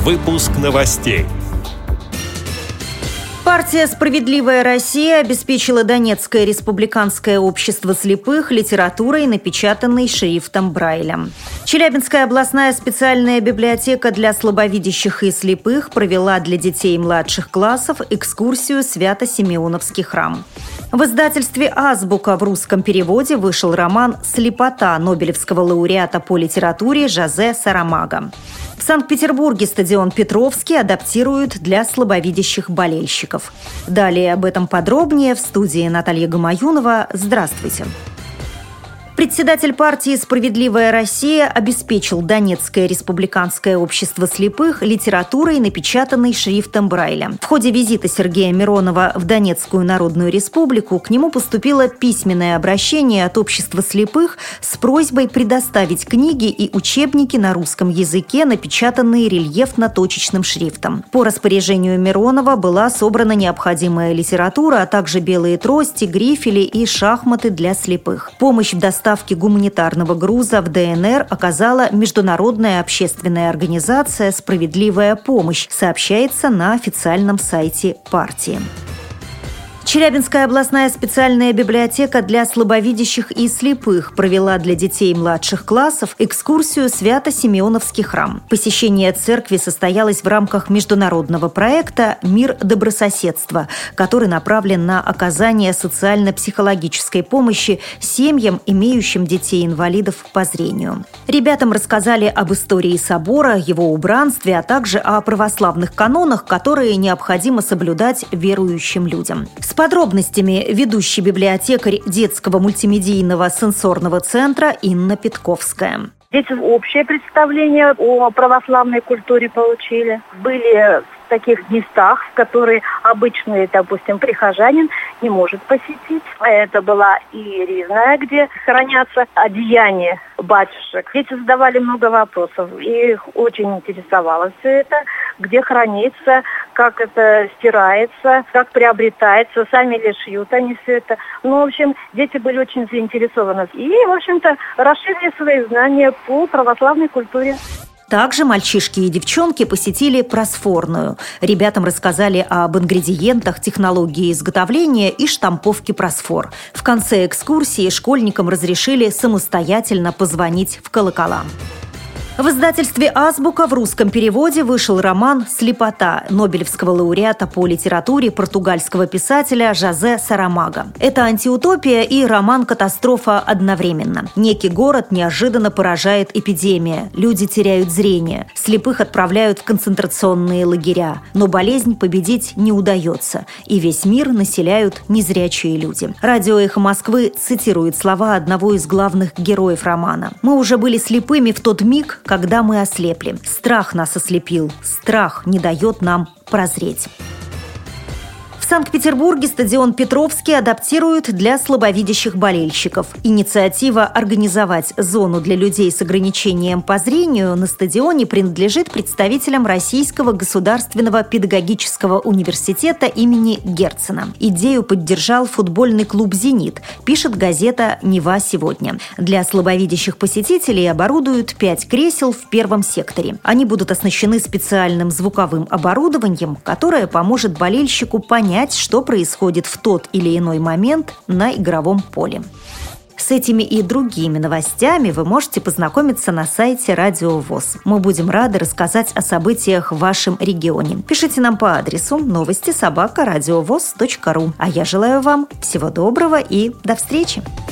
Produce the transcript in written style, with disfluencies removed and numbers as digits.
Выпуск новостей. Партия «Справедливая Россия» обеспечила Донецкое республиканское общество слепых литературой, напечатанной шрифтом Брайля. Челябинская областная специальная библиотека для слабовидящих и слепых провела для детей младших классов экскурсию Свято-Симеоновский храм. В издательстве «Азбука» в русском переводе вышел роман «Слепота» нобелевского лауреата по литературе Жозе Сарамаго. В Санкт-Петербурге стадион Петровский адаптируют для слабовидящих болельщиков. Далее об этом подробнее в студии Наталья Гамаюнова. Здравствуйте. Председатель партии «Справедливая Россия» обеспечил Донецкое республиканское общество слепых литературой, напечатанной шрифтом Брайля. В ходе визита Сергея Миронова в Донецкую Народную Республику к нему поступило письменное обращение от общества слепых с просьбой предоставить книги и учебники на русском языке, напечатанные рельефно-точечным шрифтом. По распоряжению Миронова была собрана необходимая литература, а также белые трости, грифели и шахматы для слепых. Помощь в доставке гуманитарного груза в ДНР оказала международная общественная организация «Справедливая помощь», сообщается на официальном сайте партии. Челябинская областная специальная библиотека для слабовидящих и слепых провела для детей младших классов экскурсию Свято-Симеоновский храм. Посещение церкви состоялось в рамках международного проекта «Мир добрососедства», который направлен на оказание социально-психологической помощи семьям, имеющим детей-инвалидов по зрению. Ребятам рассказали об истории собора, его убранстве, а также о православных канонах, которые необходимо соблюдать верующим людям. С подробностями ведущий библиотекарь детского мультимедийного сенсорного центра Инна Петковская. Дети общее представление о православной культуре получили. Были в таких местах, которые обычный, допустим, прихожанин не может посетить. Это была и Ризная, где хранятся одеяния батюшек. Дети задавали много вопросов, и их очень интересовало все это, где хранится, как это стирается, как приобретается, сами ли шьют они все это. Ну, в общем, дети были очень заинтересованы. И, в общем-то, расширили свои знания по православной культуре. Также мальчишки и девчонки посетили просфорную. Ребятам рассказали об ингредиентах, технологии изготовления и штамповки просфор. В конце экскурсии школьникам разрешили самостоятельно позвонить в колокола. В издательстве «Азбука» в русском переводе вышел роман «Слепота» нобелевского лауреата по литературе португальского писателя Жозе Сарамаго. Это антиутопия и роман-катастрофа одновременно. Некий город неожиданно поражает эпидемия. Люди теряют зрение. Слепых отправляют в концентрационные лагеря. Но болезнь победить не удается. И весь мир населяют незрячие люди. Радио «Эхо Москвы» цитирует слова одного из главных героев романа. «Мы уже были слепыми в тот миг, когда мы ослепли. Страх нас ослепил. Страх не дает нам прозреть». В Санкт-Петербурге стадион Петровский адаптируют для слабовидящих болельщиков. Инициатива организовать зону для людей с ограничением по зрению на стадионе принадлежит представителям Российского государственного педагогического университета имени Герцена. Идею поддержал футбольный клуб «Зенит», пишет газета «Нева сегодня». Для слабовидящих посетителей оборудуют 5 кресел в первом секторе. Они будут оснащены специальным звуковым оборудованием, которое поможет болельщику понять, что происходит в тот или иной момент на игровом поле. С этими и другими новостями вы можете познакомиться на сайте Радио ВОС. Мы будем рады рассказать о событиях в вашем регионе. Пишите нам по адресу новости@радиовос.ру. А я желаю вам всего доброго и до встречи!